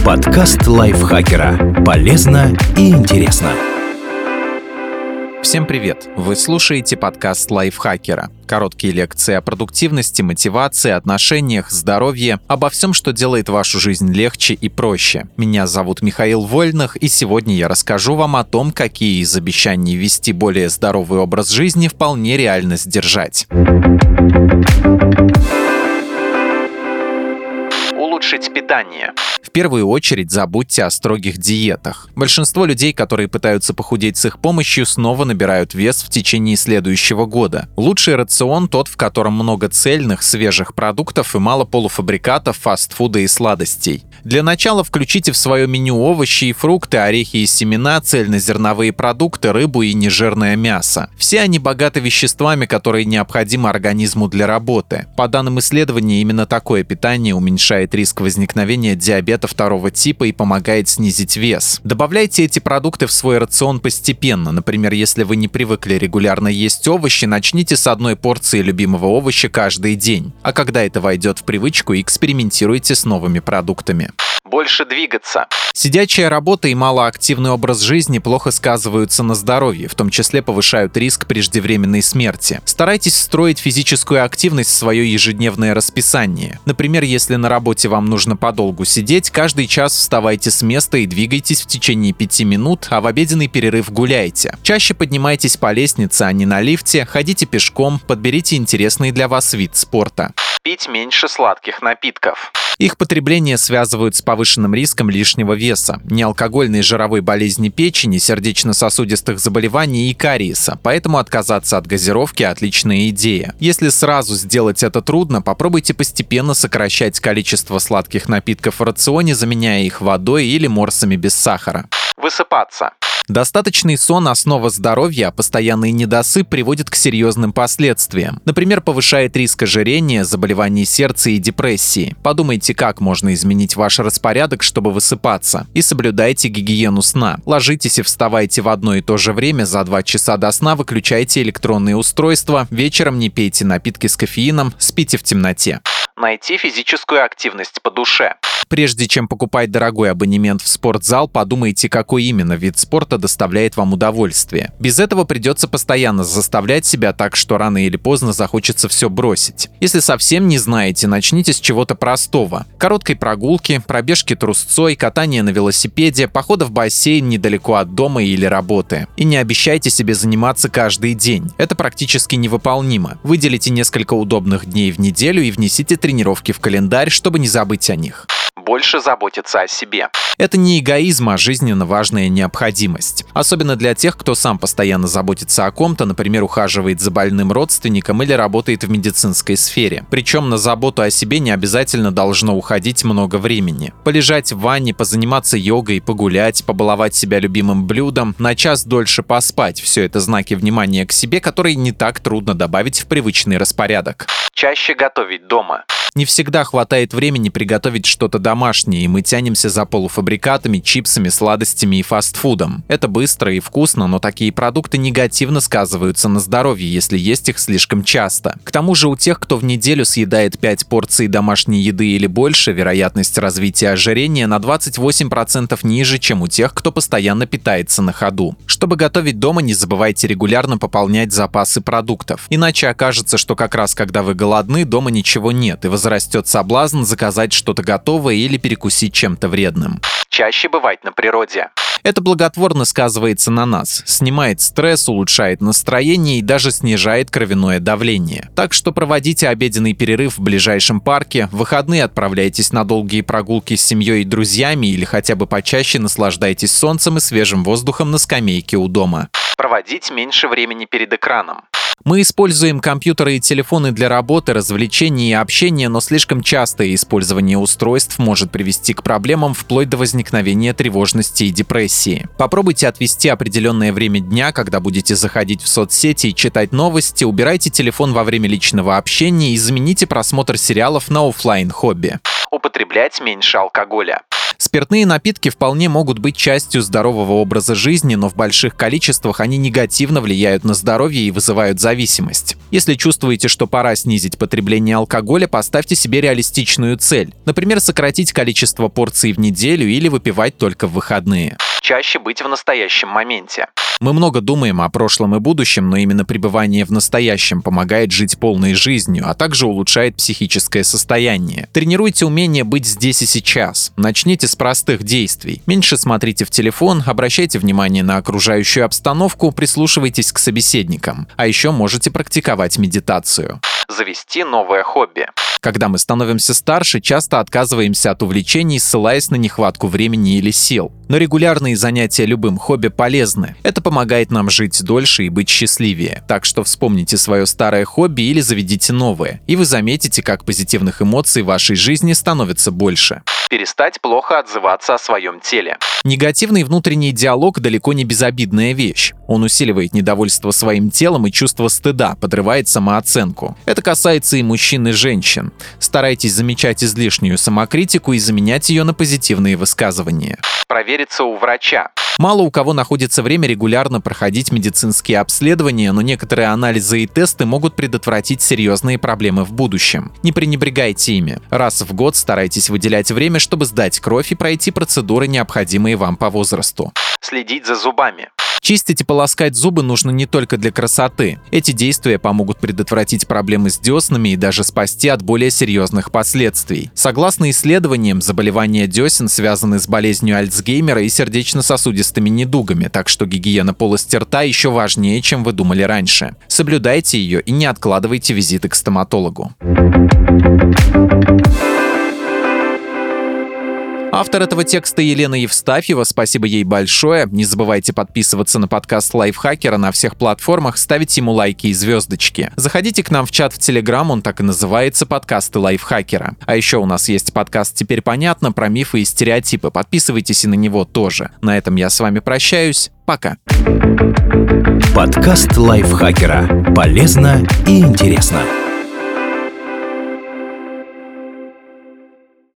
Подкаст лайфхакера. Полезно и интересно. Всем привет! Вы слушаете подкаст лайфхакера. Короткие лекции о продуктивности, мотивации, отношениях, здоровье, обо всем, что делает вашу жизнь легче и проще. Меня зовут Михаил Вольных, и сегодня я расскажу вам о том, какие из обещаний вести более здоровый образ жизни вполне реально сдержать. Улучшить питание. В первую очередь забудьте о строгих диетах. Большинство людей, которые пытаются похудеть с их помощью, снова набирают вес в течение следующего года. Лучший рацион тот, в котором много цельных, свежих продуктов и мало полуфабрикатов, фастфуда и сладостей. Для начала включите в свое меню овощи и фрукты, орехи и семена, цельнозерновые продукты, рыбу и нежирное мясо. Все они богаты веществами, которые необходимы организму для работы. По данным исследований, именно такое питание уменьшает риск возникновения диабета второго типа и помогает снизить вес. Добавляйте эти продукты в свой рацион постепенно. Например, если вы не привыкли регулярно есть овощи, начните с одной порции любимого овоща каждый день. А когда это войдет в привычку, экспериментируйте с новыми продуктами. Больше двигаться. Сидячая работа и малоактивный образ жизни плохо сказываются на здоровье, в том числе повышают риск преждевременной смерти. Старайтесь встроить физическую активность в свое ежедневное расписание. Например, если на работе вам нужно подолгу сидеть, каждый час вставайте с места и двигайтесь в течение 5 минут, а в обеденный перерыв гуляйте. Чаще поднимайтесь по лестнице, а не на лифте, ходите пешком, подберите интересный для вас вид спорта. Пить меньше сладких напитков. Их потребление связывают с повышенным риском лишнего веса, неалкогольной жировой болезни печени, сердечно-сосудистых заболеваний и кариеса, поэтому отказаться от газировки – отличная идея. Если сразу сделать это трудно, попробуйте постепенно сокращать количество сладких напитков в рационе, заменяя их водой или морсами без сахара. Высыпаться. Достаточный сон – основа здоровья, а постоянный недосып приводит к серьезным последствиям. Например, повышает риск ожирения, заболеваний сердца и депрессии. Подумайте, как можно изменить ваш распорядок, чтобы высыпаться. И соблюдайте гигиену сна. Ложитесь и вставайте в одно и то же время, за 2 часа до сна выключайте электронные устройства, вечером не пейте напитки с кофеином, спите в темноте. Найти физическую активность по душе. Прежде чем покупать дорогой абонемент в спортзал, подумайте, какой именно вид спорта доставляет вам удовольствие. Без этого придется постоянно заставлять себя так, что рано или поздно захочется все бросить. Если совсем не знаете, начните с чего-то простого. Короткой прогулки, пробежки трусцой, катания на велосипеде, похода в бассейн недалеко от дома или работы. И не обещайте себе заниматься каждый день. Это практически невыполнимо. Выделите несколько удобных дней в неделю и внесите тренировки в календарь, чтобы не забыть о них. Больше заботиться о себе. Это не эгоизм, а жизненно важная необходимость. Особенно для тех, кто сам постоянно заботится о ком-то, например, ухаживает за больным родственником или работает в медицинской сфере. Причем на заботу о себе не обязательно должно уходить много времени. Полежать в ванне, позаниматься йогой, погулять, побаловать себя любимым блюдом, на час дольше поспать – все это знаки внимания к себе, которые не так трудно добавить в привычный распорядок. Чаще готовить дома. Не всегда хватает времени приготовить что-то домашнее, и мы тянемся за полуфабрикатами, чипсами, сладостями и фастфудом. Это быстро и вкусно, но такие продукты негативно сказываются на здоровье, если есть их слишком часто. К тому же у тех, кто в неделю съедает 5 порций домашней еды или больше, вероятность развития ожирения на 28% ниже, чем у тех, кто постоянно питается на ходу. Чтобы готовить дома, не забывайте регулярно пополнять запасы продуктов. Иначе окажется, что как раз когда вы голодны, дома ничего нет, и возрастет соблазн заказать что-то готовое или перекусить чем-то вредным. Чаще бывать на природе. Это благотворно сказывается на нас, снимает стресс, улучшает настроение и даже снижает кровяное давление. Так что проводите обеденный перерыв в ближайшем парке, в выходные отправляйтесь на долгие прогулки с семьей и друзьями или хотя бы почаще наслаждайтесь солнцем и свежим воздухом на скамейке у дома. Проводить меньше времени перед экраном. Мы используем компьютеры и телефоны для работы, развлечений и общения, но слишком частое использование устройств может привести к проблемам вплоть до возникновения тревожности и депрессии. Попробуйте отвести определенное время дня, когда будете заходить в соцсети и читать новости, убирайте телефон во время личного общения и замените просмотр сериалов на офлайн-хобби. Употреблять меньше алкоголя. Спиртные напитки вполне могут быть частью здорового образа жизни, но в больших количествах они негативно влияют на здоровье и вызывают зависимость. Если чувствуете, что пора снизить потребление алкоголя, поставьте себе реалистичную цель. Например, сократить количество порций в неделю или выпивать только в выходные. Чаще быть в настоящем моменте. Мы много думаем о прошлом и будущем, но именно пребывание в настоящем помогает жить полной жизнью, а также улучшает психическое состояние. Тренируйте умение быть здесь и сейчас. Начните с простых действий. Меньше смотрите в телефон, обращайте внимание на окружающую обстановку, прислушивайтесь к собеседникам. А еще можете практиковать медитацию. Завести новое хобби. Когда мы становимся старше, часто отказываемся от увлечений, ссылаясь на нехватку времени или сил. Но регулярные занятия любым хобби полезны. Это помогает нам жить дольше и быть счастливее. Так что вспомните свое старое хобби или заведите новое. И вы заметите, как позитивных эмоций в вашей жизни становится больше. Перестать плохо отзываться о своем теле. Негативный внутренний диалог далеко не безобидная вещь. Он усиливает недовольство своим телом и чувство стыда, подрывает самооценку. Это касается и мужчин, и женщин. Старайтесь замечать излишнюю самокритику и заменять ее на позитивные высказывания. Провериться у врача. Мало у кого находится время регулярно проходить медицинские обследования, но некоторые анализы и тесты могут предотвратить серьезные проблемы в будущем. Не пренебрегайте ими. Раз в год старайтесь выделять время, чтобы сдать кровь и пройти процедуры, необходимые вам по возрасту. Следить за зубами. Чистить и полоскать зубы нужно не только для красоты. Эти действия помогут предотвратить проблемы с деснами и даже спасти от более серьезных последствий. Согласно исследованиям, заболевания десен связаны с болезнью Альцгеймера и сердечно-сосудистыми недугами, так что гигиена полости рта еще важнее, чем вы думали раньше. Соблюдайте ее и не откладывайте визиты к стоматологу. Автор этого текста Елена Евстафьева, спасибо ей большое. Не забывайте подписываться на подкаст Лайфхакера на всех платформах, ставить ему лайки и звездочки. Заходите к нам в чат в Телеграм, он так и называется — «Подкасты Лайфхакера». А еще у нас есть подкаст «Теперь понятно» про мифы и стереотипы. Подписывайтесь и на него тоже. На этом я с вами прощаюсь. Пока. Подкаст Лайфхакера. Полезно и интересно.